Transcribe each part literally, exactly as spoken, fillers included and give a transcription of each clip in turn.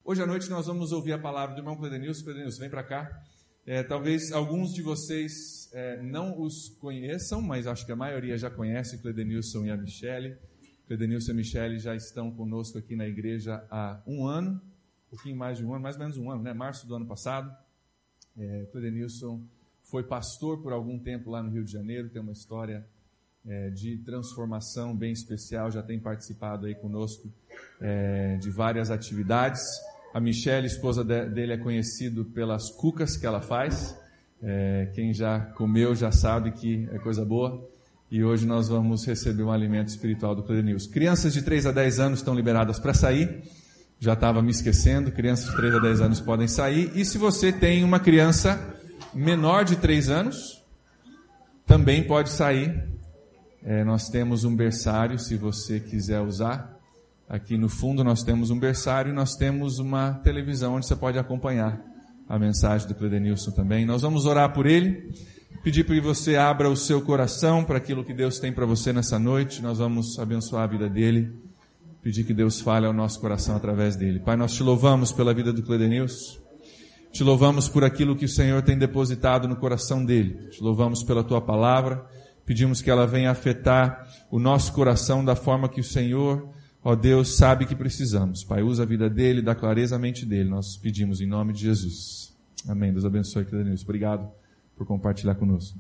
Hoje à noite nós vamos ouvir a palavra do irmão Cledenilson. Cledenilson, vem para cá. É, talvez alguns de vocês é, não os conheçam, mas acho que a maioria já conhece Cledenilson e a Michele. Cledenilson e a Michele já estão conosco aqui na igreja há um ano, um pouquinho mais de um ano, mais ou menos um ano, né? Março do ano passado. É, Cledenilson foi pastor por algum tempo lá no Rio de Janeiro, tem uma história é, de transformação bem especial, já tem participado aí conosco é, de várias atividades. A Michele, esposa de, dele, é conhecido pelas cucas que ela faz. É, quem já comeu já sabe que é coisa boa. E hoje nós vamos receber um alimento espiritual do Cledenilson. Crianças de três a dez anos estão liberadas para sair. Já estava me esquecendo, crianças de três a dez anos podem sair. E se você tem uma criança menor de três anos, também pode sair. É, nós temos um berçário, se você quiser usar. Aqui no fundo nós temos um berçário e nós temos uma televisão onde você pode acompanhar a mensagem do Cledenilson também. Nós vamos orar por ele, pedir para que você abra o seu coração para aquilo que Deus tem para você nessa noite. Nós vamos abençoar a vida dele, pedir que Deus fale ao nosso coração através dele. Pai, nós te louvamos pela vida do Cledenilson, te louvamos por aquilo que o Senhor tem depositado no coração dele, te louvamos pela tua palavra, pedimos que ela venha afetar o nosso coração da forma que o Senhor, ó Deus, sabe que precisamos. Pai, usa a vida dele, dá clareza à mente dele. Nós pedimos em nome de Jesus. Amém. Deus abençoe, Cledenilson. Obrigado por compartilhar conosco.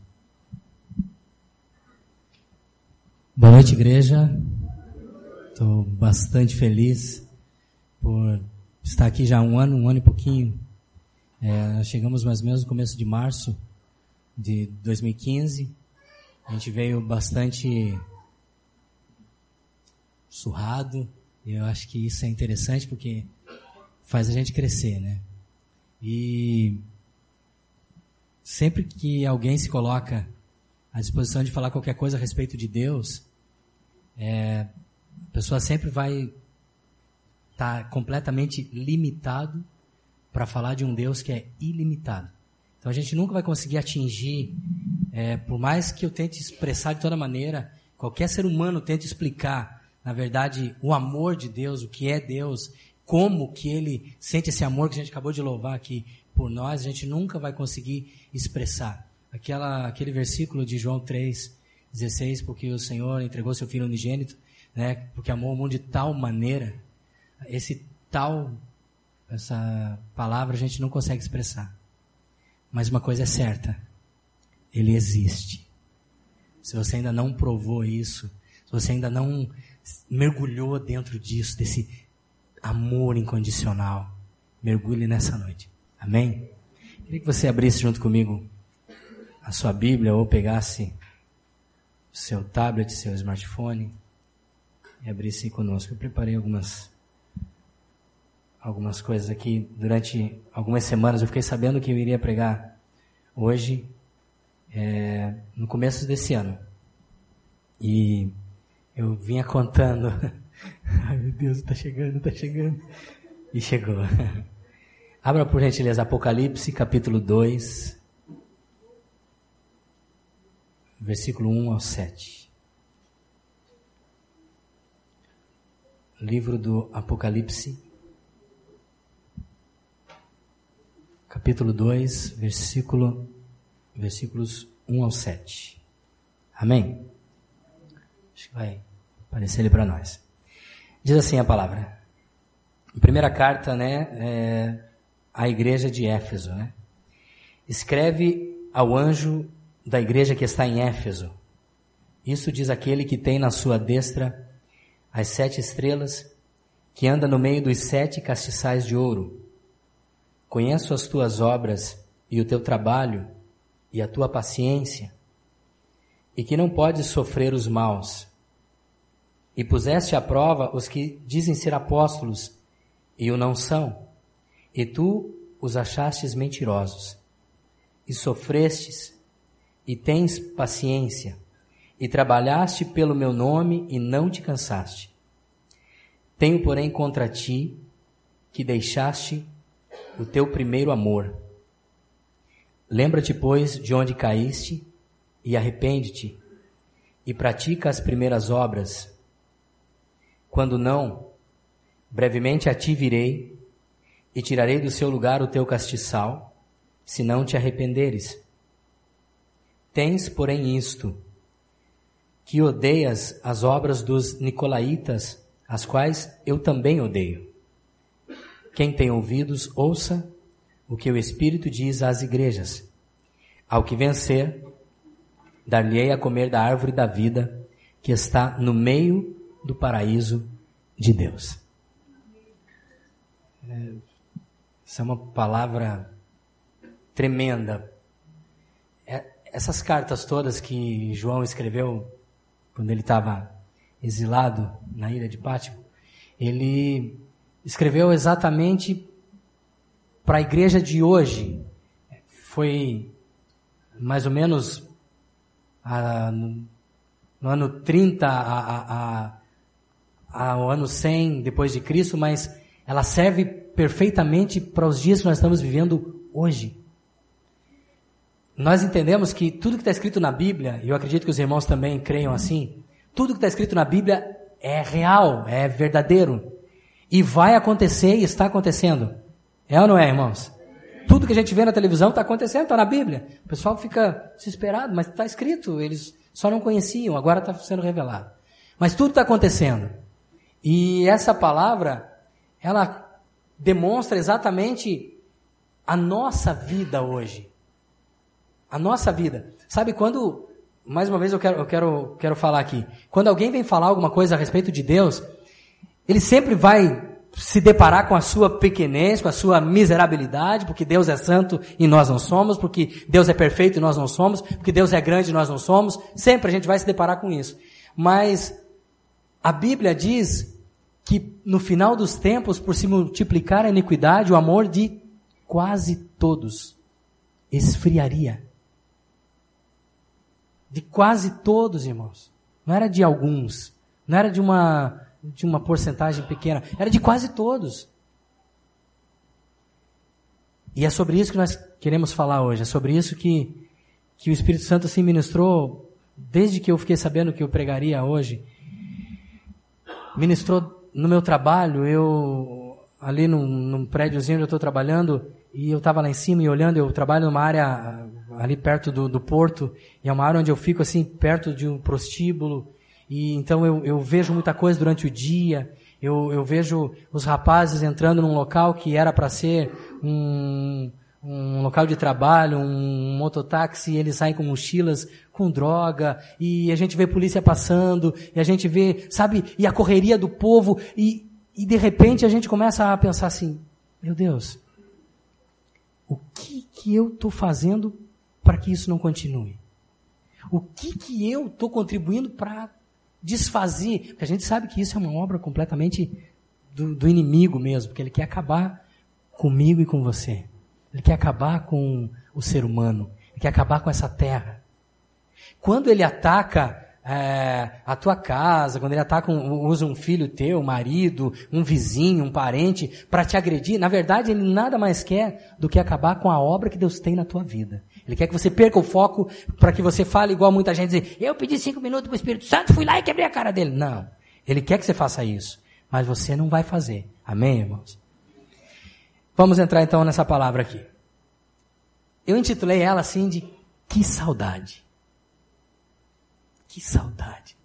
Boa noite, igreja. Estou bastante feliz por estar aqui já há um ano, um ano e pouquinho. É, nós chegamos mais ou menos no começo de março de dois mil e quinze. A gente veio bastante surrado, e eu acho que isso é interessante porque faz a gente crescer, né? E sempre que alguém se coloca à disposição de falar qualquer coisa a respeito de Deus, é, a pessoa sempre vai estar tá completamente limitado para falar de um Deus que é ilimitado. Então a gente nunca vai conseguir atingir, é, por mais que eu tente expressar de toda maneira, qualquer ser humano tente explicar na verdade, o amor de Deus, o que é Deus, como que Ele sente esse amor que a gente acabou de louvar aqui por nós, a gente nunca vai conseguir expressar. Aquela, aquele versículo de João três, dezesseis, porque o Senhor entregou seu Filho unigênito, né, porque amou o mundo de tal maneira, esse tal, essa palavra a gente não consegue expressar. Mas uma coisa é certa, Ele existe. Se você ainda não provou isso, se você ainda não mergulhou dentro disso, desse amor incondicional, mergulhe nessa noite. Amém? Queria que você abrisse junto comigo a sua Bíblia ou pegasse o seu tablet, seu smartphone e abrisse conosco. Eu preparei algumas algumas coisas aqui. Durante algumas semanas eu fiquei sabendo que eu iria pregar hoje, é, no começo desse ano. E eu vinha contando, ai meu Deus, está chegando, está chegando, e chegou. Abra por gentileza Apocalipse, capítulo dois, versículo um ao sete. Livro do Apocalipse, capítulo dois, versículo, versículos um ao sete. Amém? Acho que vai aparecer ele para nós. Diz assim a palavra. A primeira carta, né, é à igreja de Éfeso, né? Escreve ao anjo da igreja que está em Éfeso. Isso diz aquele que tem na sua destra as sete estrelas, que anda no meio dos sete castiçais de ouro. Conheço as tuas obras e o teu trabalho e a tua paciência, e que não podes sofrer os maus. E puseste à prova os que dizem ser apóstolos e o não são, e tu os achastes mentirosos. E sofrestes, e tens paciência, e trabalhaste pelo meu nome e não te cansaste. Tenho, porém, contra ti que deixaste o teu primeiro amor. Lembra-te, pois, de onde caíste, e arrepende-te, e pratica as primeiras obras. Quando não, brevemente a ti virei, e tirarei do seu lugar o teu castiçal, se não te arrependeres. Tens, porém, isto, que odeias as obras dos nicolaítas, as quais eu também odeio. Quem tem ouvidos, ouça o que o Espírito diz às igrejas. Ao que vencer, dar-lhe-ei a comer da árvore da vida, que está no meio do paraíso de Deus. Essa é uma palavra tremenda. Essas cartas todas que João escreveu quando ele estava exilado na ilha de Pátimo, ele escreveu exatamente para a igreja de hoje. Foi mais ou menos a, no ano trinta a, a, a, ao ano cem depois de Cristo, mas ela serve perfeitamente para os dias que nós estamos vivendo hoje. Nós entendemos que tudo que está escrito na Bíblia, e eu acredito que os irmãos também creiam assim, tudo que está escrito na Bíblia é real, é verdadeiro, e vai acontecer e está acontecendo. É ou não é, irmãos? Tudo que a gente vê na televisão está acontecendo, está na Bíblia. O pessoal fica desesperado, mas está escrito, eles só não conheciam, agora está sendo revelado. Mas tudo está acontecendo. E essa palavra, ela demonstra exatamente a nossa vida hoje. A nossa vida. Sabe quando, mais uma vez eu quero, eu quero, quero falar aqui, quando alguém vem falar alguma coisa a respeito de Deus, ele sempre vai se deparar com a sua pequenez, com a sua miserabilidade, porque Deus é santo e nós não somos, porque Deus é perfeito e nós não somos, porque Deus é grande e nós não somos. Sempre a gente vai se deparar com isso. Mas a Bíblia diz que no final dos tempos, por se multiplicar a iniquidade, o amor de quase todos esfriaria. De quase todos, irmãos. Não era de alguns. Não era de uma, de uma porcentagem pequena. Era de quase todos. E é sobre isso que nós queremos falar hoje. É sobre isso que, que o Espírito Santo assim ministrou, desde que eu fiquei sabendo que eu pregaria hoje. Ministrou no meu trabalho. Eu, ali num, num prédiozinho onde eu estou trabalhando, e eu estava lá em cima e olhando, eu trabalho numa área ali perto do, do porto, e é uma área onde eu fico assim, perto de um prostíbulo, e então eu, eu vejo muita coisa durante o dia, eu, eu vejo os rapazes entrando num local que era para ser um, um local de trabalho, um mototáxi, e eles saem com mochilas, com droga, e a gente vê polícia passando, e a gente vê, sabe, e a correria do povo, e, e de repente a gente começa a pensar assim, meu Deus, o que que eu estou fazendo para que isso não continue? O que que eu estou contribuindo para desfazer? Porque a gente sabe que isso é uma obra completamente do, do inimigo mesmo, porque ele quer acabar comigo e com você. Ele quer acabar com o ser humano. Ele quer acabar com essa terra. Quando ele ataca é, a tua casa, quando ele ataca, um, usa um filho teu, um marido, um vizinho, um parente, para te agredir, na verdade ele nada mais quer do que acabar com a obra que Deus tem na tua vida. Ele quer que você perca o foco para que você fale igual muita gente, dizer, eu pedi cinco minutos para o Espírito Santo, fui lá e quebrei a cara dele. Não, ele quer que você faça isso, mas você não vai fazer. Amém, irmãos? Vamos entrar então nessa palavra aqui. Eu intitulei ela assim de que saudade. Que saudade.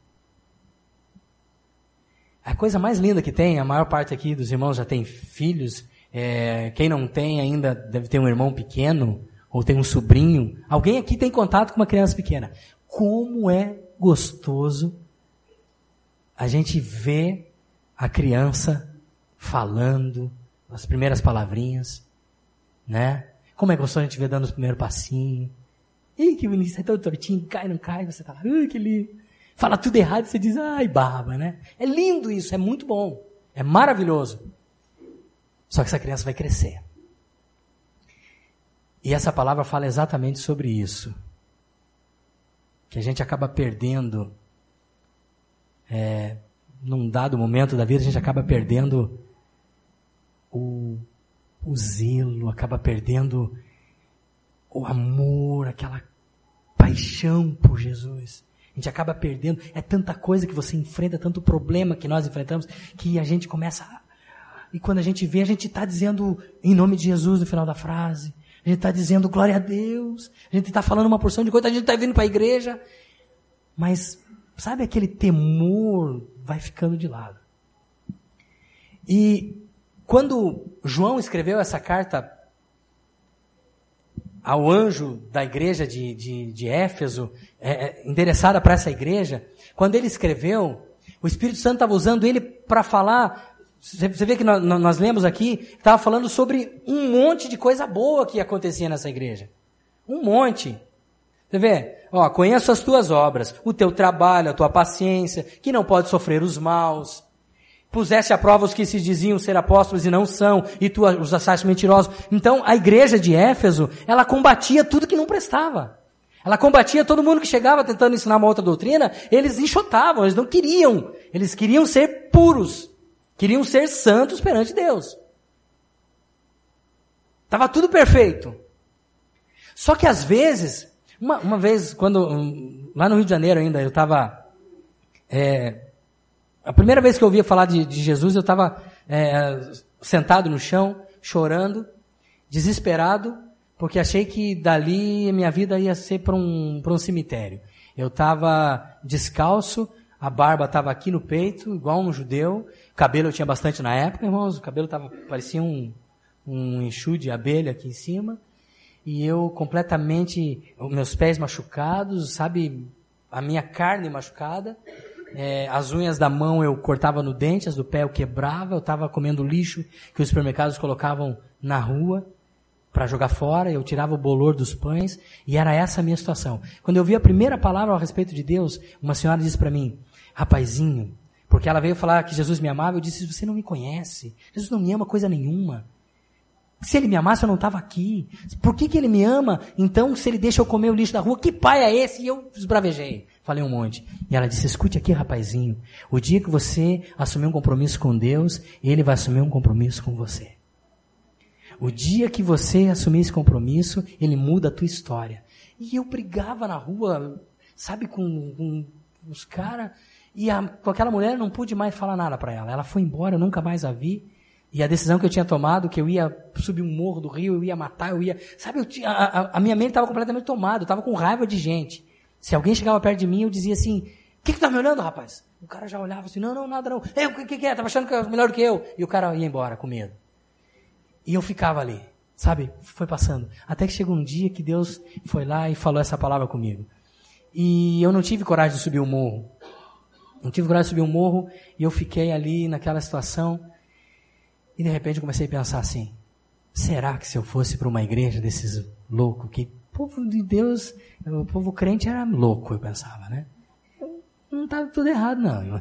A coisa mais linda que tem, a maior parte aqui dos irmãos já tem filhos, é, quem não tem ainda deve ter um irmão pequeno, ou tem um sobrinho. Alguém aqui tem contato com uma criança pequena. Como é gostoso a gente ver a criança falando as primeiras palavrinhas, né? Como é gostoso a gente ver dando os primeiros passinhos. Ih, que bonito, é tão tortinho, cai, não cai, você tá lá, ui, que lindo. Fala tudo errado e você diz, ai, barba, né? É lindo isso, é muito bom, é maravilhoso. Só que essa criança vai crescer. E essa palavra fala exatamente sobre isso. Que a gente acaba perdendo, é, num dado momento da vida, a gente acaba perdendo o, o zelo, acaba perdendo o amor, aquela paixão por Jesus. A gente acaba perdendo, é tanta coisa que você enfrenta, tanto problema que nós enfrentamos, que a gente começa a, E quando a gente vê, a gente está dizendo em nome de Jesus no final da frase. A gente está dizendo glória a Deus. A gente está falando uma porção de coisa. A gente está vindo para a igreja. Mas, sabe, aquele temor vai ficando de lado. E quando João escreveu essa carta ao anjo da igreja de, de, de Éfeso, é, endereçada para essa igreja, quando ele escreveu, o Espírito Santo estava usando ele para falar. Você vê que nós, nós lemos aqui, estava falando sobre um monte de coisa boa que acontecia nessa igreja. Um monte. Você vê? Ó, conheço as tuas obras, o teu trabalho, a tua paciência, que não pode sofrer os maus. Puseste à prova os que se diziam ser apóstolos e não são, e tu os achaste mentirosos. Então, a igreja de Éfeso, ela combatia tudo que não prestava. Ela combatia todo mundo que chegava tentando ensinar uma outra doutrina, eles enxotavam, eles não queriam. Eles queriam ser puros. Queriam ser santos perante Deus. Estava tudo perfeito. Só que às vezes, uma, uma vez, quando lá no Rio de Janeiro ainda, eu estava... É, a primeira vez que eu ouvia falar de, de Jesus, eu estava é, sentado no chão, chorando, desesperado, porque achei que dali a minha vida ia ser para um, para um cemitério. Eu estava descalço, a barba estava aqui no peito, igual um judeu. O cabelo eu tinha bastante na época, irmãos. O cabelo tava, parecia um, um enxu de abelha aqui em cima. E eu completamente, meus pés machucados, sabe, a minha carne machucada. É, as unhas da mão eu cortava no dente, as do pé eu quebrava. Eu estava comendo lixo que os supermercados colocavam na rua para jogar fora. Eu tirava o bolor dos pães. E era essa a minha situação. Quando eu vi a primeira palavra a respeito de Deus, uma senhora disse para mim: rapazinho, porque ela veio falar que Jesus me amava, eu disse: você não me conhece, Jesus não me ama coisa nenhuma. Se ele me amasse, eu não estava aqui. Por que que ele me ama? Então, se ele deixa eu comer o lixo da rua, que pai é esse? E eu esbravejei, falei um monte. E ela disse: escute aqui, rapazinho, o dia que você assumir um compromisso com Deus, ele vai assumir um compromisso com você. O dia que você assumir esse compromisso, ele muda a tua história. E eu brigava na rua, sabe, com, com os caras, e a, com aquela mulher não pude mais falar nada para ela. Ela foi embora, eu nunca mais a vi. E a decisão que eu tinha tomado, que eu ia subir um morro do Rio, eu ia matar, eu ia... Sabe, eu tinha, a, a minha mente estava completamente tomada, eu estava com raiva de gente. Se alguém chegava perto de mim, eu dizia assim: o que que tá me olhando, rapaz? O cara já olhava assim: não, não, nada não. Ei, o que que é? Tava achando que era melhor do que eu? E o cara ia embora com medo. E eu ficava ali, sabe, foi passando. Até que chegou um dia que Deus foi lá e falou essa palavra comigo. E eu não tive coragem de subir o morro. Não tive coragem de subir o morro, e eu fiquei ali naquela situação. E de repente eu comecei a pensar assim: será que se eu fosse para uma igreja desses loucos, que o povo de Deus, o povo crente era louco, eu pensava, né? Não estava tudo errado, não.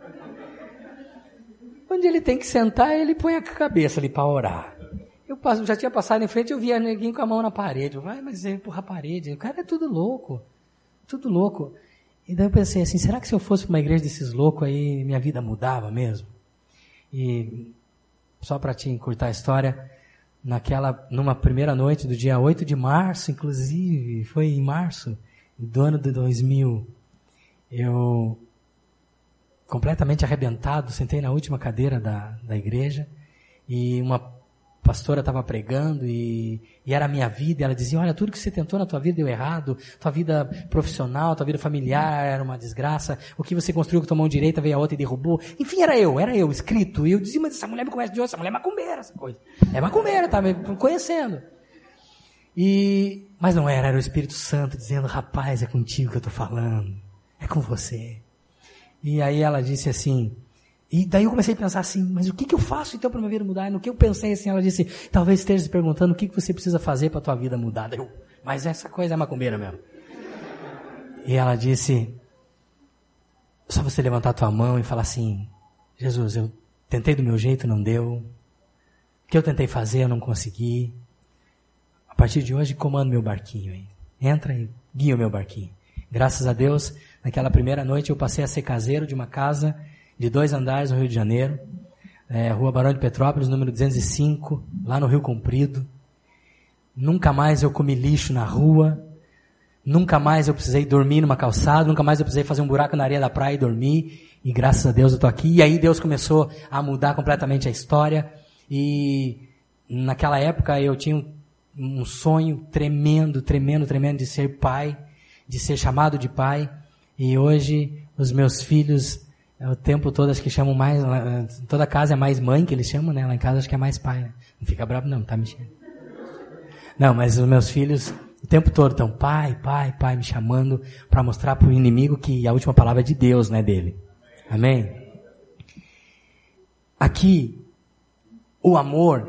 Onde ele tem que sentar, ele põe a cabeça ali para orar. Eu passo, já tinha passado em frente, eu via ninguém com a mão na parede. Eu falei: mas ele empurra a parede. O cara é tudo louco. Tudo louco. E daí eu pensei assim: será que se eu fosse para uma igreja desses loucos aí, minha vida mudava mesmo? E só para te encurtar a história, naquela, numa primeira noite do dia oito de março, inclusive, foi em março do ano de dois mil, eu, completamente arrebentado, sentei na última cadeira da, da igreja, e uma pastora estava pregando, e, e era a minha vida, e ela dizia: olha, tudo que você tentou na tua vida deu errado, tua vida profissional, tua vida familiar era uma desgraça, o que você construiu com tua mão direita veio a outra e derrubou. Enfim, era eu, era eu, escrito. E eu dizia: mas essa mulher me conhece de onde? Essa mulher é macumbeira, essa coisa. É macumbeira, tá me conhecendo. E, mas não era, era o Espírito Santo dizendo: rapaz, é contigo que eu estou falando, é com você. E aí ela disse assim, e daí eu comecei a pensar assim: mas o que, que eu faço então para minha vida mudar? E no que eu pensei assim, ela disse: talvez esteja se perguntando o que, que você precisa fazer para a tua vida mudar. Eu, mas essa coisa é macumbeira mesmo. E ela disse: só você levantar a tua mão e falar assim: Jesus, eu tentei do meu jeito, não deu. O que eu tentei fazer, eu não consegui. A partir de hoje, comando meu barquinho aí. Entra e guia o meu barquinho. Graças a Deus, naquela primeira noite eu passei a ser caseiro de uma casa de dois andares no Rio de Janeiro, é, Rua Barão de Petrópolis, número duzentos e cinco, lá no Rio Comprido. Nunca mais eu comi lixo na rua, nunca mais eu precisei dormir numa calçada, nunca mais eu precisei fazer um buraco na areia da praia e dormir, e graças a Deus eu estou aqui. E aí Deus começou a mudar completamente a história. E naquela época eu tinha um, um sonho tremendo, tremendo, tremendo de ser pai, de ser chamado de pai. E hoje os meus filhos, o tempo todo acho que chamam mais, toda casa é mais mãe que eles chamam, né? Lá em casa acho que é mais pai, né? Não fica bravo não, tá mexendo. Não, mas os meus filhos o tempo todo estão pai, pai, pai, me chamando para mostrar para o inimigo que a última palavra é de Deus, não é dele. Amém? Aqui, o amor,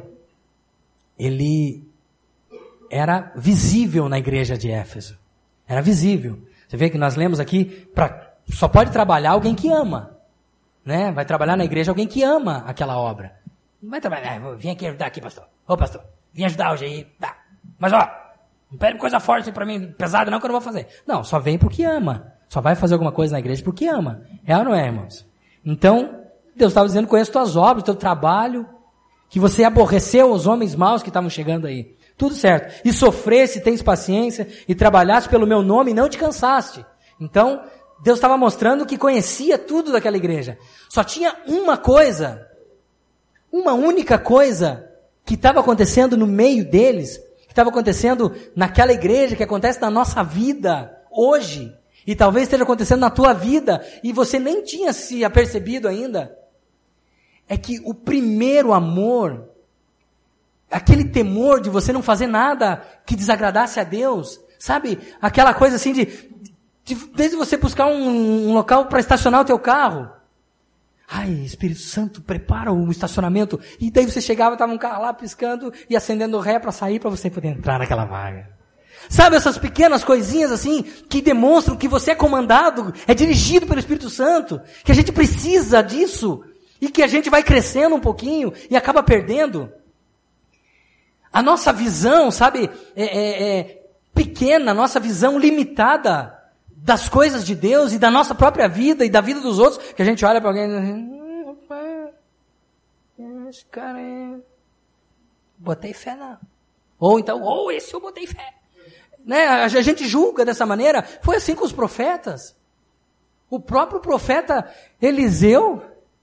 ele era visível na igreja de Éfeso. Era visível. Você vê que nós lemos aqui, pra, só pode trabalhar alguém que ama. Né? Vai trabalhar na igreja alguém que ama aquela obra. Não vai trabalhar, vem aqui ajudar aqui, pastor. Ô, pastor, vim ajudar hoje aí. Tá. Mas, ó, não pede coisa forte pra mim, pesada não, que eu não vou fazer. Não, só vem porque ama. Só vai fazer alguma coisa na igreja porque ama. É ou não é, irmãos? Então, Deus estava dizendo, conheço tuas obras, teu trabalho, que você aborreceu os homens maus que estavam chegando aí. Tudo certo. E sofresse, tens paciência, e trabalhaste pelo meu nome e não te cansaste. Então, Deus estava mostrando que conhecia tudo daquela igreja. Só tinha uma coisa, uma única coisa que estava acontecendo no meio deles, que estava acontecendo naquela igreja, que acontece na nossa vida hoje, e talvez esteja acontecendo na tua vida, e você nem tinha se apercebido ainda. É que o primeiro amor, aquele temor de você não fazer nada que desagradasse a Deus, sabe? Aquela coisa assim de, de desde você buscar um, um local para estacionar o teu carro. Ai, Espírito Santo, prepara o estacionamento. E daí você chegava, estava um carro lá piscando e acendendo o ré para sair, para você poder entrar naquela vaga. Sabe essas pequenas coisinhas assim, que demonstram que você é comandado, é dirigido pelo Espírito Santo, que a gente precisa disso, e que a gente vai crescendo um pouquinho e acaba perdendo. A nossa visão, sabe, é, é, é pequena, a nossa visão limitada das coisas de Deus e da nossa própria vida e da vida dos outros, que a gente olha para alguém e diz, rapaz, esse cara é... botei fé não. Ou então, ou esse eu botei fé. Né? A gente julga dessa maneira. Foi assim com os profetas. O próprio profeta Eliseu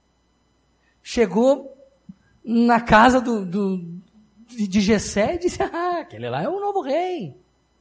chegou na casa do, do, de Jessé e disse, ah, aquele lá é o novo rei.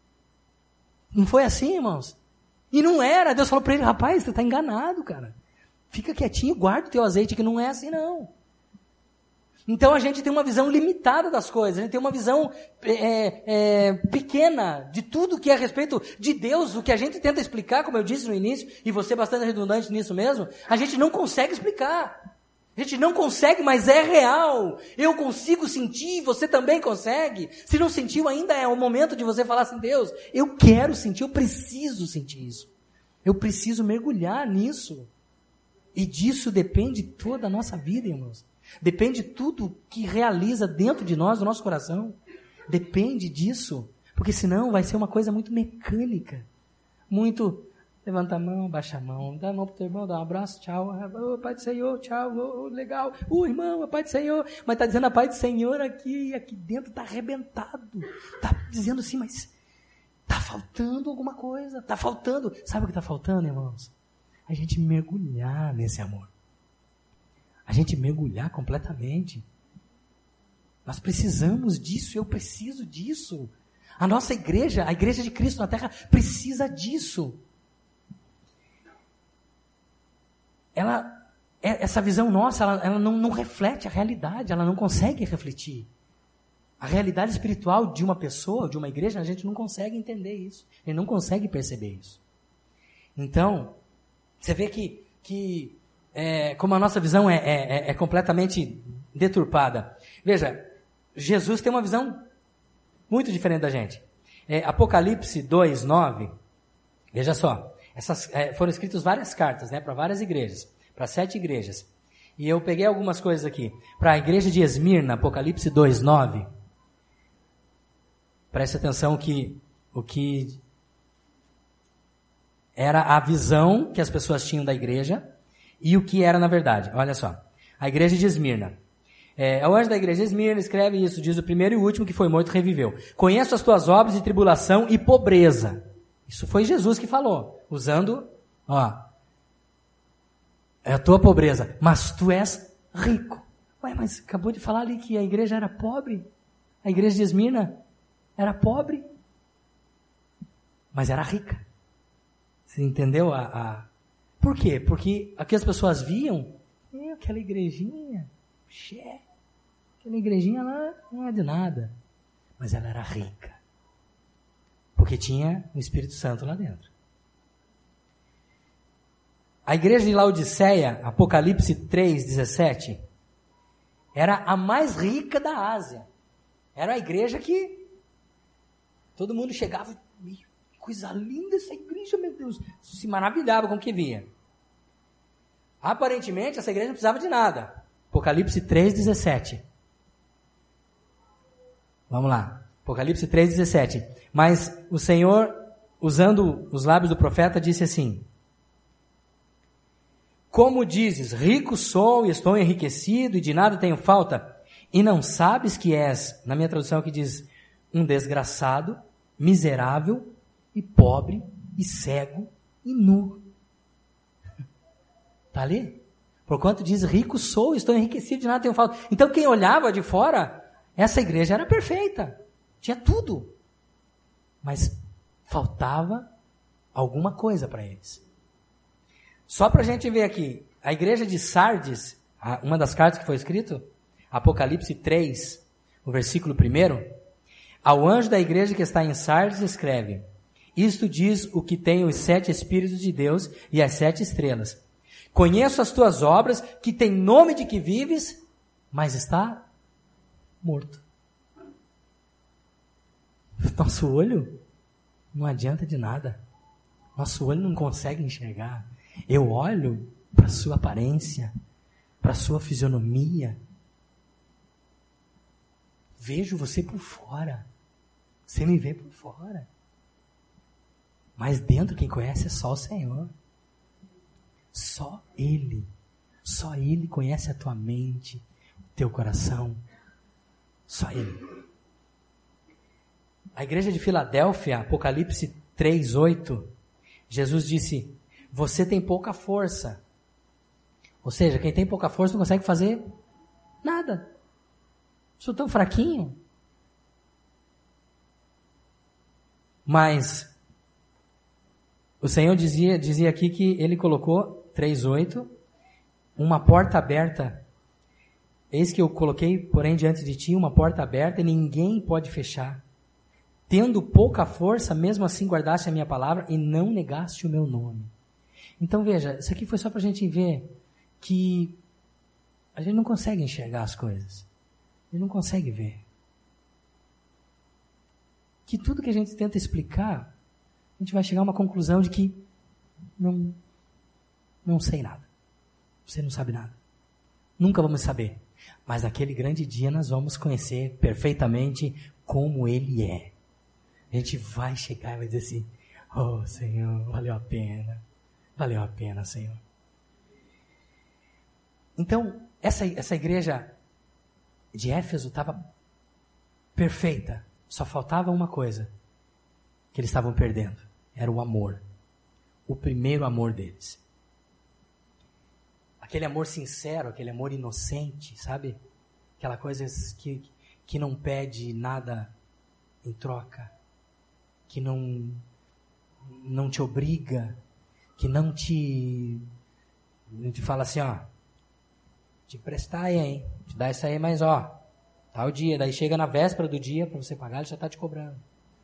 Não foi assim, irmãos? E não era. Deus falou para ele, rapaz, você está enganado, cara. Fica quietinho, guarda o teu azeite, que não é assim não. Então a gente tem uma visão limitada das coisas, a gente tem uma visão é, é, pequena de tudo que é a respeito de Deus, o que a gente tenta explicar, como eu disse no início, e você é bastante redundante nisso mesmo, a gente não consegue explicar. A gente não consegue, mas é real. Eu consigo sentir, você também consegue. Se não sentiu ainda, é o momento de você falar assim, Deus, eu quero sentir, eu preciso sentir isso. Eu preciso mergulhar nisso. E disso depende toda a nossa vida, irmãos. Depende tudo que realiza dentro de nós, do nosso coração. Depende disso. Porque senão vai ser uma coisa muito mecânica. Muito, levanta a mão, baixa a mão, dá a mão pro teu irmão, dá um abraço, tchau. Oh, Pai do Senhor, tchau, oh, legal. O oh, irmão, Pai do Senhor. Mas está dizendo a Pai do Senhor aqui, e aqui dentro está arrebentado. Está dizendo assim, mas está faltando alguma coisa. Está faltando. Sabe o que está faltando, irmãos? A gente mergulhar nesse amor. A gente mergulhar completamente. Nós precisamos disso, eu preciso disso. A nossa igreja, a igreja de Cristo na Terra, precisa disso. Ela, essa visão nossa, ela, ela não, não reflete a realidade, ela não consegue refletir. A realidade espiritual de uma pessoa, de uma igreja, a gente não consegue entender isso. A gente não consegue perceber isso. Então, você vê que... que É, como a nossa visão é, é, é completamente deturpada. Veja, Jesus tem uma visão muito diferente da gente. É, Apocalipse dois, nove, veja só, essas, é, foram escritas várias cartas, né, para várias igrejas, para sete igrejas. E eu peguei algumas coisas aqui. Para a igreja de Esmirna, Apocalipse dois, nove, preste atenção que o que era a visão que as pessoas tinham da igreja, e o que era na verdade. Olha só. A igreja de Esmirna. É, o anjo da igreja de Esmirna escreve isso. Diz o primeiro e o último que foi morto reviveu. Conheço as tuas obras de tribulação e pobreza. Isso foi Jesus que falou. Usando, ó. É a tua pobreza. Mas tu és rico. Ué, mas acabou de falar ali que a igreja era pobre. A igreja de Esmirna era pobre, mas era rica. Você entendeu? A, a... Por quê? Porque aqui as pessoas viam, é, aquela igrejinha, xé, aquela igrejinha lá não é de nada. Mas ela era rica. Porque tinha o Espírito Santo lá dentro. A igreja de Laodiceia, Apocalipse três, dezessete, era a mais rica da Ásia. Era a igreja que todo mundo chegava, que coisa linda essa igreja, meu Deus, se maravilhava com o que via. Aparentemente, essa igreja não precisava de nada. Apocalipse três, dezessete. Vamos lá. Apocalipse três, dezessete. Mas o Senhor, usando os lábios do profeta, disse assim: como dizes, rico sou e estou enriquecido e de nada tenho falta, e não sabes que és, na minha tradução que diz, um desgraçado, miserável e pobre e cego e nu. Está ali? Porquanto diz, rico sou e estou enriquecido, de nada tenho falta. Então quem olhava de fora, essa igreja era perfeita, tinha tudo, mas faltava alguma coisa para eles. Só para a gente ver aqui, a igreja de Sardes, uma das cartas que foi escrito, Apocalipse três, o versículo primeiro, ao anjo da igreja que está em Sardes escreve, isto diz o que tem os sete Espíritos de Deus e as sete estrelas. Conheço as tuas obras, que tem nome de que vives, mas está morto. Nosso olho não adianta de nada. Nosso olho não consegue enxergar. Eu olho para a sua aparência, para a sua fisionomia. Vejo você por fora. Você me vê por fora. Mas dentro quem conhece é só o Senhor. Só Ele. Só Ele conhece a tua mente, o teu coração. Só Ele. A igreja de Filadélfia, Apocalipse três, oito, Jesus disse, você tem pouca força. Ou seja, quem tem pouca força não consegue fazer nada. Sou tão fraquinho. Mas o Senhor dizia, dizia aqui que Ele colocou, três, oito, uma porta aberta. Eis que eu coloquei, porém, diante de ti uma porta aberta e ninguém pode fechar. Tendo pouca força, mesmo assim guardaste a minha palavra e não negaste o meu nome. Então veja, isso aqui foi só para a gente ver que a gente não consegue enxergar as coisas. A gente não consegue ver. Que tudo que a gente tenta explicar, a gente vai chegar a uma conclusão de que não, não sei nada. Você não sabe nada. Nunca vamos saber. Mas naquele grande dia nós vamos conhecer perfeitamente como Ele é. A gente vai chegar e vai dizer assim, oh Senhor, valeu a pena. Valeu a pena, Senhor. Então, essa, essa igreja de Éfeso estava perfeita. Só faltava uma coisa que eles estavam perdendo. Era o amor. O primeiro amor deles. Aquele amor sincero, aquele amor inocente, sabe? Aquela coisa que, que não pede nada em troca. Que não, não te obriga. Que não te, te fala assim, ó, te emprestar aí, hein? Te dá isso aí, mas ó, tal dia. Daí chega na véspera do dia para você pagar, ele já está te cobrando.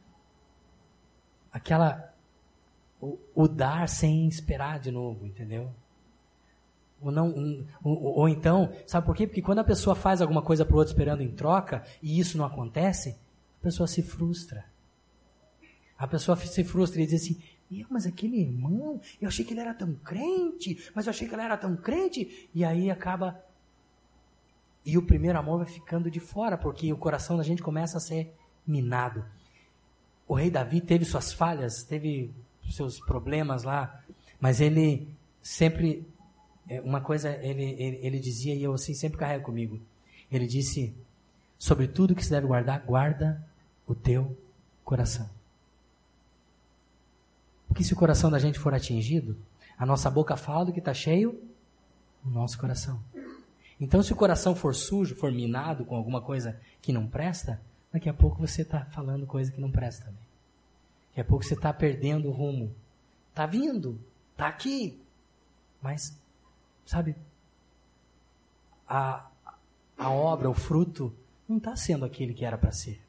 Aquela, o, o dar sem esperar de novo, entendeu? Ou, não, um, ou, ou então, sabe por quê? Porque quando a pessoa faz alguma coisa para o outro esperando em troca, e isso não acontece, a pessoa se frustra. A pessoa se frustra e diz assim, eu, mas aquele irmão, eu achei que ele era tão crente, mas eu achei que ele era tão crente, e aí acaba, e o primeiro amor vai ficando de fora, porque o coração da gente começa a ser minado. O rei Davi teve suas falhas, teve seus problemas lá, mas ele sempre, uma coisa ele, ele, ele dizia, e eu assim sempre carrego comigo, ele disse, sobre tudo que se deve guardar, guarda o teu coração. Porque se o coração da gente for atingido, a nossa boca fala do que está cheio, o nosso coração. Então, se o coração for sujo, for minado com alguma coisa que não presta, daqui a pouco você está falando coisa que não presta também. Daqui a pouco você está perdendo o rumo. Está vindo, está aqui. Mas, sabe, a, a obra, o fruto, não está sendo aquele que era para ser.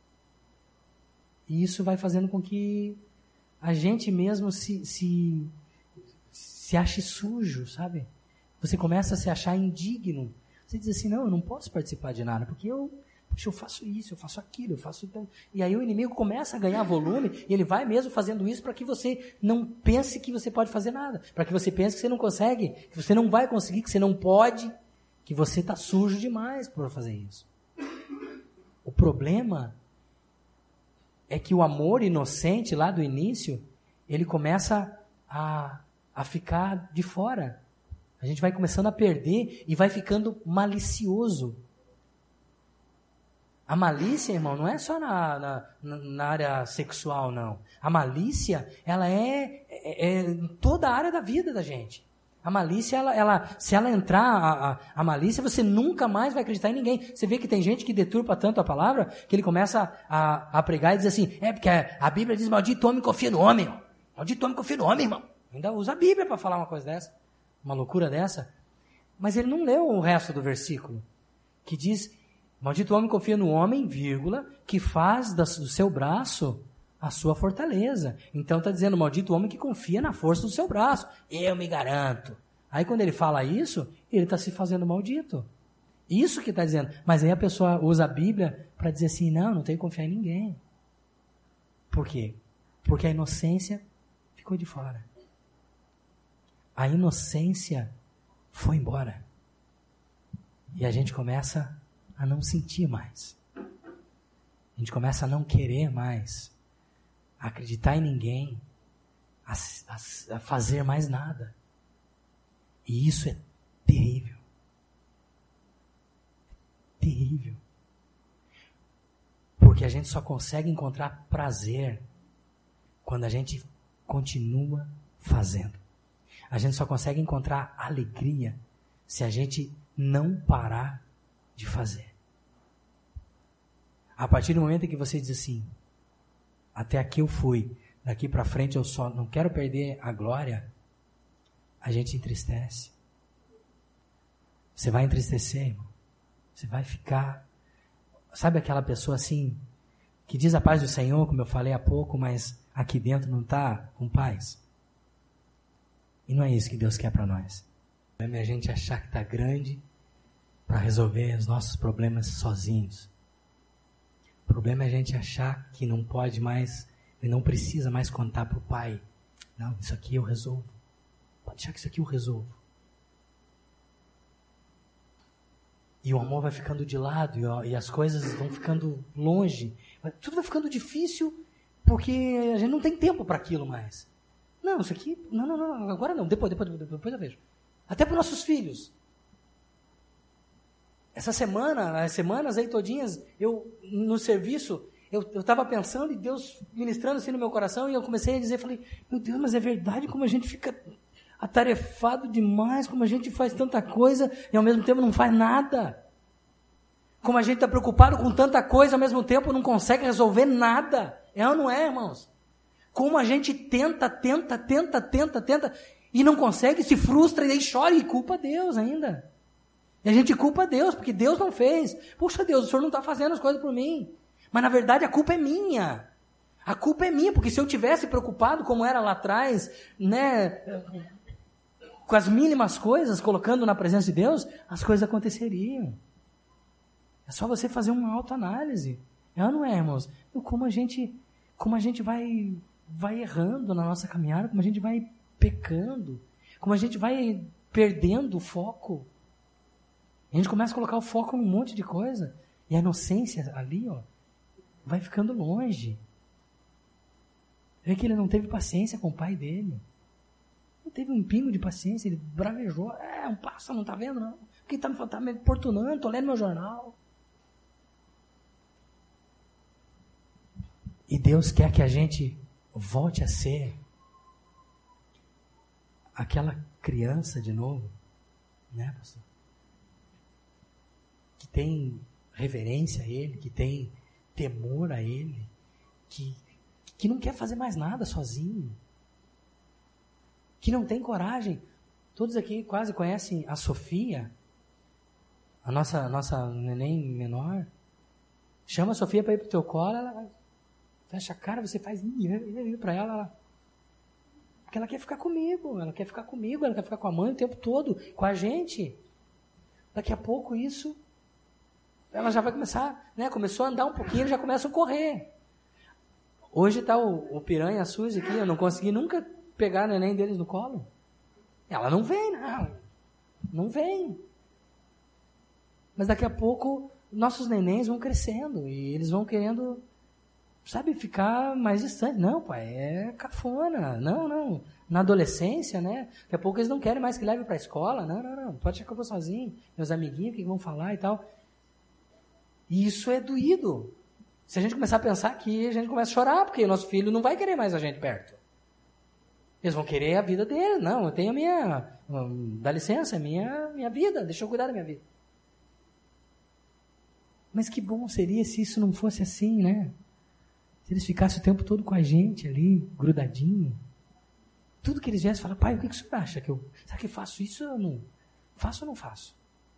E isso vai fazendo com que a gente mesmo se, se, se ache sujo, sabe? Você começa a se achar indigno. Você diz assim, não, eu não posso participar de nada, porque eu, puxa, eu faço isso, eu faço aquilo, eu faço... Então... E aí o inimigo começa a ganhar volume, e ele vai mesmo fazendo isso para que você não pense que você pode fazer nada, para que você pense que você não consegue, que você não vai conseguir, que você não pode, que você está sujo demais por fazer isso. O problema é que o amor inocente lá do início, ele começa a, a ficar de fora. A gente vai começando a perder e vai ficando malicioso. A malícia, irmão, não é só na, na, na área sexual, não. A malícia, ela é, é, é em toda a área da vida da gente. A malícia, ela, ela, se ela entrar, a, a, a malícia, você nunca mais vai acreditar em ninguém. Você vê que tem gente que deturpa tanto a palavra, que ele começa a, a pregar e diz assim, é porque a, a Bíblia diz, maldito homem confia no homem, irmão. Maldito homem confia no homem, irmão. Ainda usa a Bíblia para falar uma coisa dessa. Uma loucura dessa. Mas ele não leu o resto do versículo, que diz, maldito homem confia no homem, vírgula, que faz do seu braço a sua fortaleza. Então está dizendo, maldito homem que confia na força do seu braço. Eu me garanto. Aí quando ele fala isso, ele está se fazendo maldito. Isso que está dizendo. Mas aí a pessoa usa a Bíblia para dizer assim, não, não tenho que confiar em ninguém. Por quê? Porque a inocência ficou de fora. A inocência foi embora. E a gente começa a não sentir mais. A gente começa a não querer mais. A acreditar em ninguém. A, a, a fazer mais nada. E isso é terrível. Terrível. Porque a gente só consegue encontrar prazer quando a gente continua fazendo. A gente só consegue encontrar alegria se a gente não parar de fazer. A partir do momento em que você diz assim, até aqui eu fui, daqui para frente eu só não quero perder a glória, a gente entristece. Você vai entristecer, irmão. Você vai ficar... Sabe aquela pessoa assim, que diz a paz do Senhor, como eu falei há pouco, mas aqui dentro não está com paz? E não é isso que Deus quer para nós. O problema é a gente achar que está grande para resolver os nossos problemas sozinhos. O problema é a gente achar que não pode mais, e não precisa mais contar para o Pai. Não, isso aqui eu resolvo. Pode deixar que isso aqui eu resolvo. E o amor vai ficando de lado, e, e as coisas vão ficando longe. Tudo vai ficando difícil, porque a gente não tem tempo para aquilo mais. Não, isso aqui, não, não, não, agora não, depois, depois, depois, depois eu vejo. Até para os nossos filhos. Essa semana, as semanas aí todinhas, eu, no serviço, eu estava pensando e Deus ministrando assim no meu coração, e eu comecei a dizer, falei, meu Deus, mas é verdade como a gente fica atarefado demais, como a gente faz tanta coisa e ao mesmo tempo não faz nada. Como a gente está preocupado com tanta coisa, ao mesmo tempo não consegue resolver nada. É ou não é, irmãos? Como a gente tenta, tenta, tenta, tenta, tenta, e não consegue, se frustra, e aí chora e culpa Deus ainda. E a gente culpa Deus, porque Deus não fez. Puxa Deus, o Senhor não está fazendo as coisas por mim. Mas na verdade a culpa é minha. A culpa é minha, porque se eu tivesse preocupado, como era lá atrás, né, com as mínimas coisas, colocando na presença de Deus, as coisas aconteceriam. É só você fazer uma autoanálise. É ou não é, irmãos? Como a gente, como a gente vai... vai errando na nossa caminhada, como a gente vai pecando, como a gente vai perdendo o foco. A gente começa a colocar o foco num monte de coisa, e a inocência ali, ó, vai ficando longe. Vê que ele não teve paciência com o pai dele. Não teve um pingo de paciência, ele bravejou. É, um pássaro, não está vendo, não. Quem está me, tá me importunando, estou lendo meu jornal. E Deus quer que a gente volte a ser aquela criança de novo, né, pastor? tem reverência a Ele, que tem temor a Ele, que, que não quer fazer mais nada sozinho, que não tem coragem. Todos aqui quase conhecem a Sofia, a nossa, nossa neném menor. Chama a Sofia para ir para o teu colo, ela fecha a cara, você faz para ela, ela, porque ela quer ficar comigo, ela quer ficar comigo, ela quer ficar com a mãe o tempo todo, com a gente. Daqui a pouco isso, ela já vai começar, né? Começou a andar um pouquinho, já começa a correr. Hoje está o, o piranha, a Suzy aqui, eu não consegui nunca pegar a neném deles no colo. Ela não vem, não. Não vem. Mas daqui a pouco, nossos nenéns vão crescendo e eles vão querendo, sabe, ficar mais distantes. Não, pai, é cafona. Não, não. Na adolescência, né? Daqui a pouco eles não querem mais que leve para a escola. Não, não, não. Pode deixar que eu vou sozinho. Meus amiguinhos, o que vão falar e tal. E isso é doído. Se a gente começar a pensar aqui, a gente começa a chorar, porque o nosso filho não vai querer mais a gente perto. Eles vão querer a vida dele. Não, eu tenho a minha... Hum, dá licença, é minha, minha vida. Deixa eu cuidar da minha vida. Mas que bom seria se isso não fosse assim, né? Se eles ficassem o tempo todo com a gente ali, grudadinho. Tudo que eles viessem falar, pai, o que, que o senhor acha? Que eu, será que eu faço isso ou não? Faço ou não faço?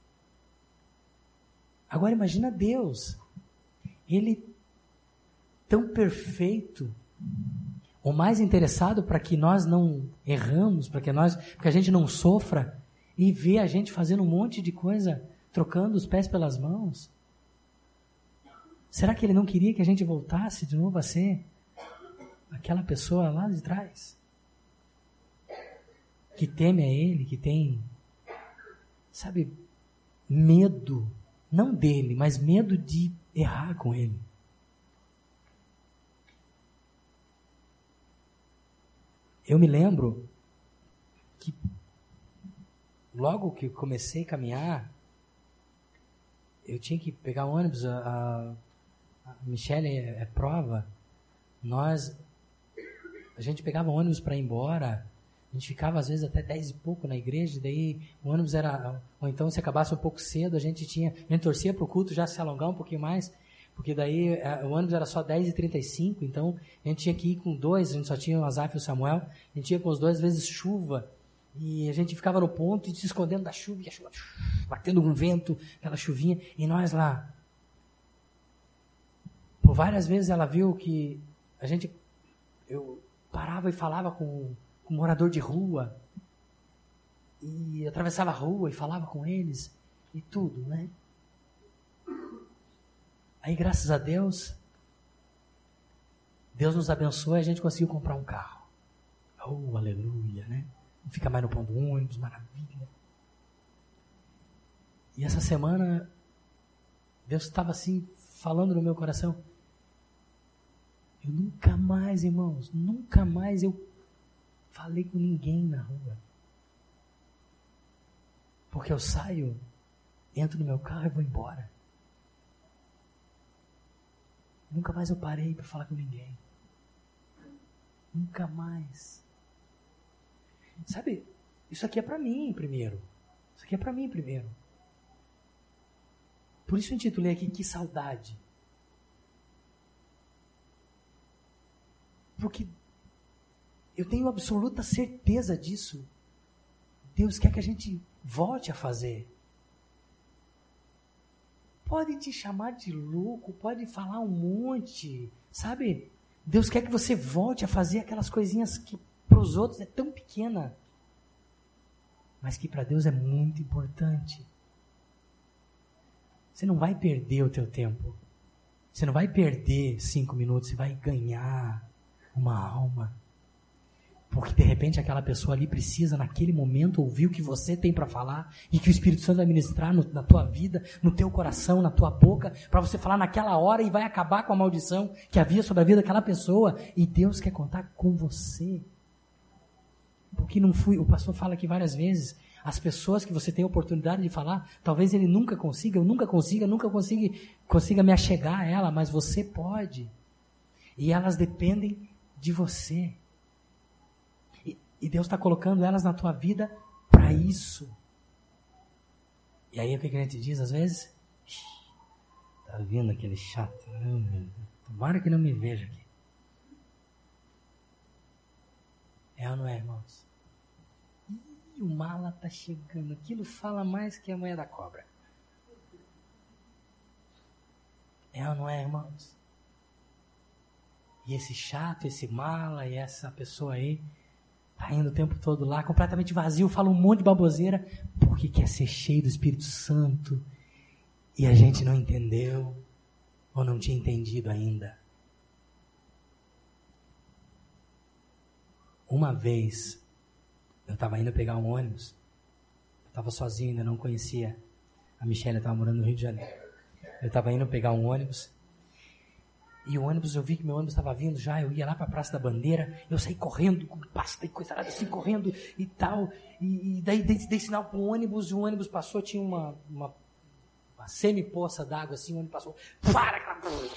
Agora imagina Deus. Ele tão perfeito, o mais interessado para que nós não erramos, para que, nós, para que a gente não sofra, e vê a gente fazendo um monte de coisa, trocando os pés pelas mãos. Será que Ele não queria que a gente voltasse de novo a ser aquela pessoa lá de trás? Que teme a Ele, que tem, sabe, medo, não dele, mas medo de errar com Ele. Eu me lembro que logo que comecei a caminhar, eu tinha que pegar o ônibus, a, a, a Michelle é, é prova, nós, a gente pegava o ônibus para ir embora, a gente ficava às vezes até dez e pouco na igreja, daí o ônibus era, ou então se acabasse um pouco cedo, a gente tinha, a gente torcia para o culto já se alongar um pouquinho mais, porque daí a, o ônibus era só dez e trinta e cinco, então a gente tinha que ir com dois, a gente só tinha o Azaf e o Samuel, a gente ia com os dois, às vezes chuva, e a gente ficava no ponto e se escondendo da chuva, e a chuva batendo com vento, aquela chuvinha, e nós lá. Por várias vezes ela viu que a gente, eu parava e falava com, com um morador de rua, e atravessava a rua e falava com eles, e tudo, né? Aí, graças a Deus, Deus nos abençoou e a gente conseguiu comprar um carro. Oh, aleluia, né? Não fica mais no ponto do ônibus, maravilha. E essa semana, Deus estava assim, falando no meu coração. Eu nunca mais, irmãos, nunca mais eu falei com ninguém na rua. Porque eu saio, entro no meu carro e vou embora. Nunca mais eu parei para falar com ninguém. Nunca mais. Sabe, isso aqui é para mim primeiro. Isso aqui é para mim primeiro. Por isso eu intitulei aqui, Que Saudade. Porque eu tenho absoluta certeza disso. Deus quer que a gente volte a fazer. Pode te chamar de louco, pode falar um monte, sabe? Deus quer que você volte a fazer aquelas coisinhas que para os outros é tão pequena, mas que para Deus é muito importante. Você não vai perder o teu tempo. Você não vai perder cinco minutos, você vai ganhar uma alma. Porque de repente aquela pessoa ali precisa naquele momento ouvir o que você tem para falar e que o Espírito Santo vai ministrar no, na tua vida, no teu coração, na tua boca, para você falar naquela hora e vai acabar com a maldição que havia sobre a vida daquela pessoa. E Deus quer contar com você. Porque não fui, o pastor fala aqui várias vezes, as pessoas que você tem a oportunidade de falar, talvez ele nunca consiga, eu nunca consiga, nunca consiga, consiga me achegar a ela, mas você pode. E elas dependem de você. E Deus está colocando elas na tua vida para isso. E aí o que a gente diz às vezes? Tá vendo aquele chato? Oh, meu Deus. Tomara que não me veja aqui. É ou não é, irmãos? Ih, o mala tá chegando. Aquilo fala mais que a manhã da cobra. É ou não é, irmãos? E esse chato, esse mala e essa pessoa aí tá indo o tempo todo lá, completamente vazio, fala um monte de baboseira, porque quer ser cheio do Espírito Santo e a gente não entendeu ou não tinha entendido ainda. Uma vez, eu estava indo pegar um ônibus, eu estava sozinho, ainda não conhecia a Michelle, estava morando no Rio de Janeiro. Eu estava indo pegar um ônibus, e o ônibus, eu vi que meu ônibus estava vindo já, eu ia lá para a Praça da Bandeira, eu saí correndo, com pasta e coisa nada assim, correndo e tal, e, e daí dei, dei sinal para o ônibus, e o ônibus passou, tinha uma, uma, uma semi-poça d'água assim, o ônibus passou, para!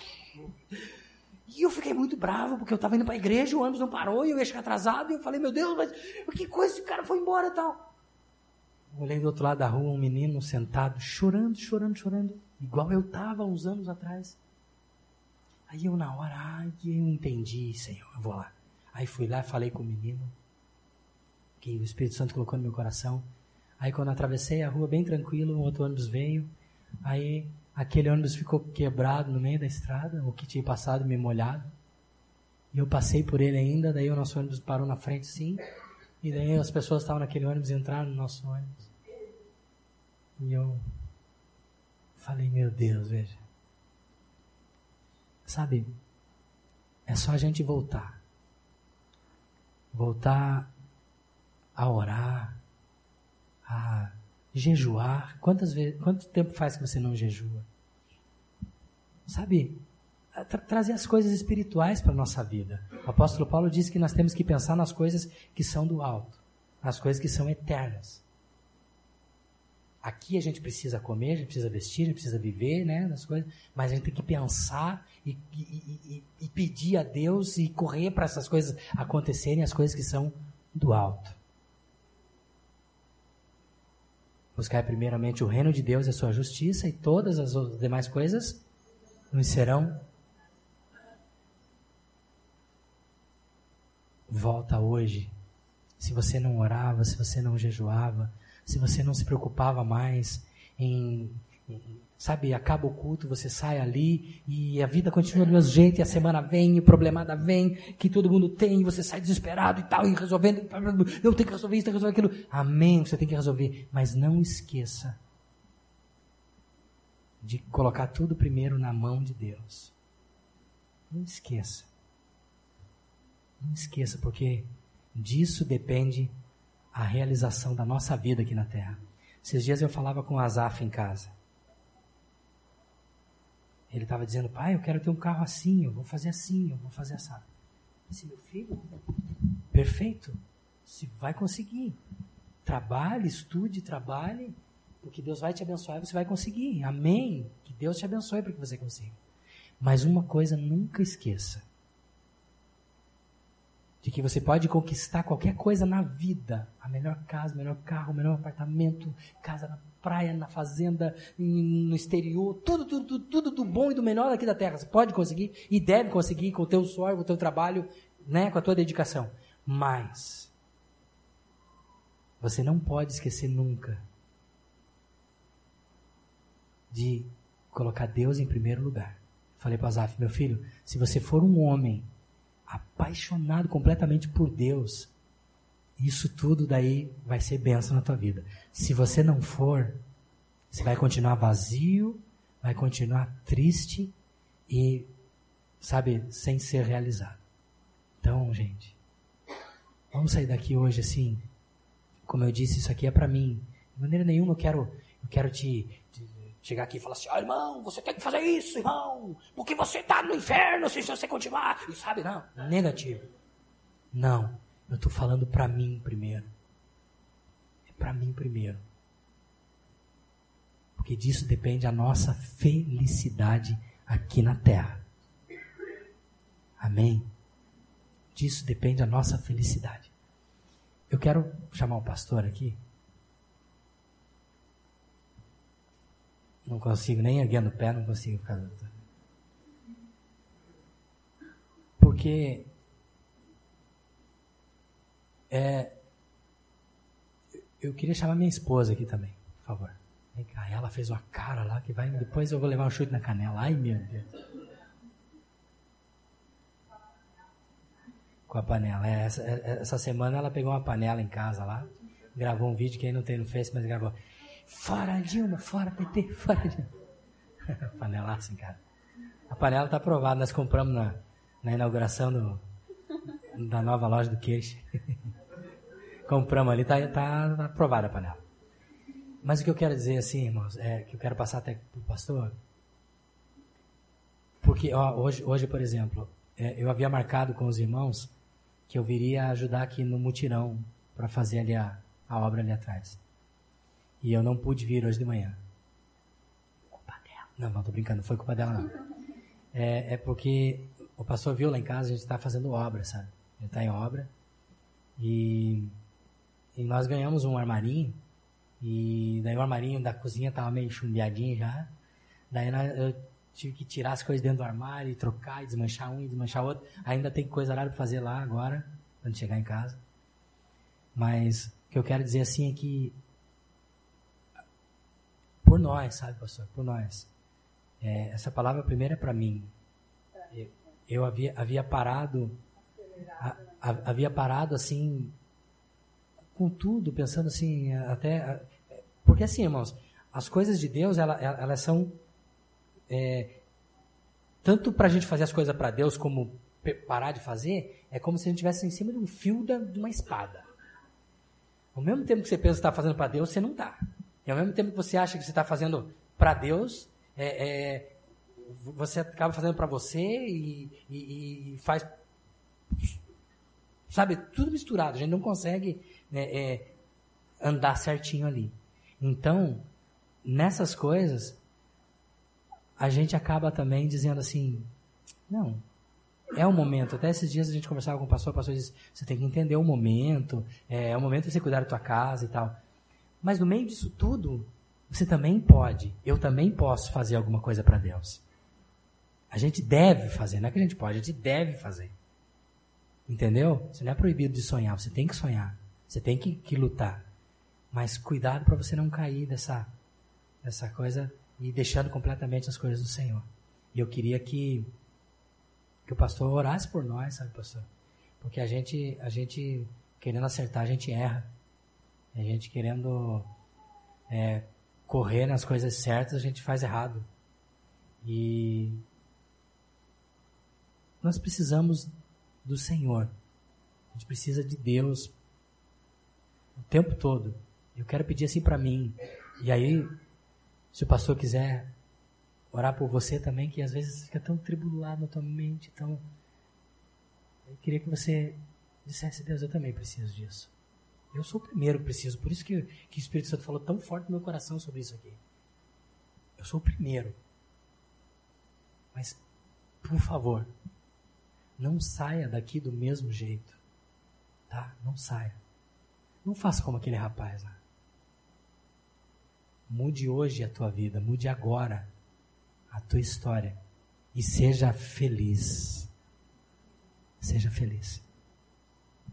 E eu fiquei muito bravo, porque eu estava indo para a igreja, o ônibus não parou, e eu ia chegar atrasado, e eu falei, meu Deus, mas que coisa, esse cara foi embora e tal. Eu olhei do outro lado da rua, um menino sentado, chorando, chorando, chorando, igual eu estava uns anos atrás. Aí eu na hora, ai, eu entendi, Senhor, eu vou lá. Aí fui lá, falei com o menino, que o Espírito Santo colocou no meu coração. Aí quando eu atravessei a rua bem tranquilo, um outro ônibus veio, aí aquele ônibus ficou quebrado no meio da estrada, o que tinha passado me molhado. E eu passei por ele ainda, daí o nosso ônibus parou na frente sim, e daí as pessoas estavam naquele ônibus e entraram no nosso ônibus. E eu falei, meu Deus, veja. Sabe, é só a gente voltar. Voltar a orar, a jejuar. Quantas vezes, quanto tempo faz que você não jejua? Sabe, tra- trazer as coisas espirituais para a nossa vida. O apóstolo Paulo diz que nós temos que pensar nas coisas que são do alto, nas coisas que são eternas. Aqui a gente precisa comer, a gente precisa vestir, a gente precisa viver, né, das coisas, mas a gente tem que pensar e, e, e, e pedir a Deus e correr para essas coisas acontecerem, as coisas que são do alto. Buscar primeiramente o reino de Deus e a sua justiça, e todas as outras demais coisas nos serão. Volta hoje. Se você não orava, se você não jejuava, se você não se preocupava mais em, em, sabe, acaba o culto, você sai ali e a vida continua do mesmo jeito, e a semana vem, e problemada vem, que todo mundo tem, e você sai desesperado e tal, e resolvendo, não, tem que resolver isso, tem que resolver aquilo. Amém, você tem que resolver, mas não esqueça de colocar tudo primeiro na mão de Deus. Não esqueça. Não esqueça, porque disso depende a realização da nossa vida aqui na Terra. Esses dias eu falava com o Azaf em casa. Ele estava dizendo, pai, eu quero ter um carro assim, eu vou fazer assim, eu vou fazer assim. Eu disse, meu filho, perfeito, você vai conseguir. Trabalhe, estude, trabalhe, porque Deus vai te abençoar e você vai conseguir. Amém. Que Deus te abençoe para que você consiga. Mas uma coisa nunca esqueça. De que você pode conquistar qualquer coisa na vida. A melhor casa, o melhor carro, o melhor apartamento, casa na praia, na fazenda, no exterior, tudo, tudo, tudo, tudo do bom e do melhor aqui da terra. Você pode conseguir e deve conseguir com o teu suor, com o teu trabalho, né, com a tua dedicação. Mas você não pode esquecer nunca de colocar Deus em primeiro lugar. Falei para o Azaf, meu filho, se você for um homem apaixonado completamente por Deus, isso tudo daí vai ser bênção na tua vida. Se você não for, você vai continuar vazio, vai continuar triste e, sabe, sem ser realizado. Então, gente, vamos sair daqui hoje assim, como eu disse, isso aqui é para mim. De maneira nenhuma eu quero, eu quero te, te chegar aqui e falar assim, ó, oh, irmão, você tem que fazer isso, irmão, porque você está no inferno se você continuar. E sabe, não, negativo. Não, eu estou falando para mim primeiro. É para mim primeiro. Porque disso depende a nossa felicidade aqui na terra. Amém? Disso depende a nossa felicidade. Eu quero chamar o pastor aqui. Não consigo nem erguendo o pé, não consigo ficar. Porque é, eu queria chamar minha esposa aqui também, por favor. Vem cá, ela fez uma cara lá que vai. Depois eu vou levar um chute na canela. Ai, meu Deus. Com a panela. É, essa, essa semana ela pegou uma panela em casa lá, gravou um vídeo que aí não tem no Face, mas gravou. Fora Dilma, fora P T, fora Dilma. Panelaço, assim, cara. A panela tá aprovada, nós compramos na, na inauguração do, da nova loja do Queixe. Compramos ali, tá, tá aprovada a panela. Mas o que eu quero dizer assim, irmãos, é que eu quero passar até pro pastor, porque ó, hoje, hoje, por exemplo, é, eu havia marcado com os irmãos que eu viria ajudar aqui no mutirão para fazer ali a, a obra ali atrás. E eu não pude vir hoje de manhã. Culpa dela. Não, não, tô brincando, não foi culpa dela não. É, é porque o pastor viu lá em casa, a gente está fazendo obra, sabe? A gente está em obra. E, e nós ganhamos um armarinho. E daí o armarinho da cozinha estava meio chumbeadinho já. Daí eu tive que tirar as coisas dentro do armário e trocar, e desmanchar um e desmanchar outro. Ainda tem coisa lá para fazer lá agora, quando chegar em casa. Mas o que eu quero dizer assim é que por nós, sabe, pastor? Por nós. É, essa palavra primeiro é para mim. Eu, eu havia, havia parado, a, a, havia parado assim, com tudo, pensando assim, até. Porque assim, irmãos, as coisas de Deus, elas, elas são. É, tanto para a gente fazer as coisas para Deus, como parar de fazer, é como se a gente estivesse em cima de um fio da, de uma espada. Ao mesmo tempo que você pensa que está fazendo para Deus, você não está. E ao mesmo tempo que você acha que você está fazendo para Deus, é, é, você acaba fazendo para você e, e, e faz, sabe, tudo misturado. A gente não consegue é, é, andar certinho ali. Então, nessas coisas, a gente acaba também dizendo assim, não, é o momento. Até esses dias a gente conversava com o pastor, o pastor disse, você tem que entender o momento, é, é o momento de você cuidar da tua casa e tal. Mas no meio disso tudo, você também pode, eu também posso fazer alguma coisa para Deus. A gente deve fazer, não é que a gente pode, a gente deve fazer. Entendeu? Você não é proibido de sonhar, você tem que sonhar, você tem que, que lutar. Mas cuidado para você não cair dessa, dessa coisa e deixando completamente as coisas do Senhor. E eu queria que, que o pastor orasse por nós, sabe, pastor? Porque a gente, a gente querendo acertar, a gente erra. A gente querendo é, correr nas coisas certas, a gente faz errado. E nós precisamos do Senhor. A gente precisa de Deus o tempo todo. Eu quero pedir assim para mim. E aí, se o pastor quiser orar por você também, que às vezes fica tão tribulado na tua mente, tão... Eu queria que você dissesse, Deus, eu também preciso disso. Eu sou o primeiro que preciso, por isso que, que o Espírito Santo falou tão forte no meu coração sobre isso aqui. Eu sou o primeiro. Mas, por favor, não saia daqui do mesmo jeito. Tá? Não saia. Não faça como aquele rapaz lá. Mude hoje a tua vida, mude agora a tua história. E seja feliz. Seja feliz.